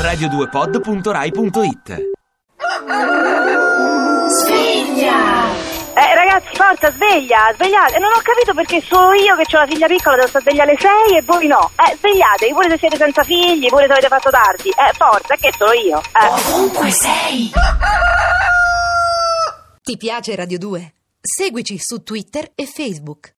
radio2pod.rai.it. Sveglia! Ragazzi, forza, svegliate. Non ho capito perché solo io che ho la figlia piccola devo stare sveglia alle 6 e voi no. Svegliatevi, pure se siete senza figli, pure se avete fatto tardi. Forza, che solo io. Ovunque sei. Ti piace Radio 2? Seguici su Twitter e Facebook.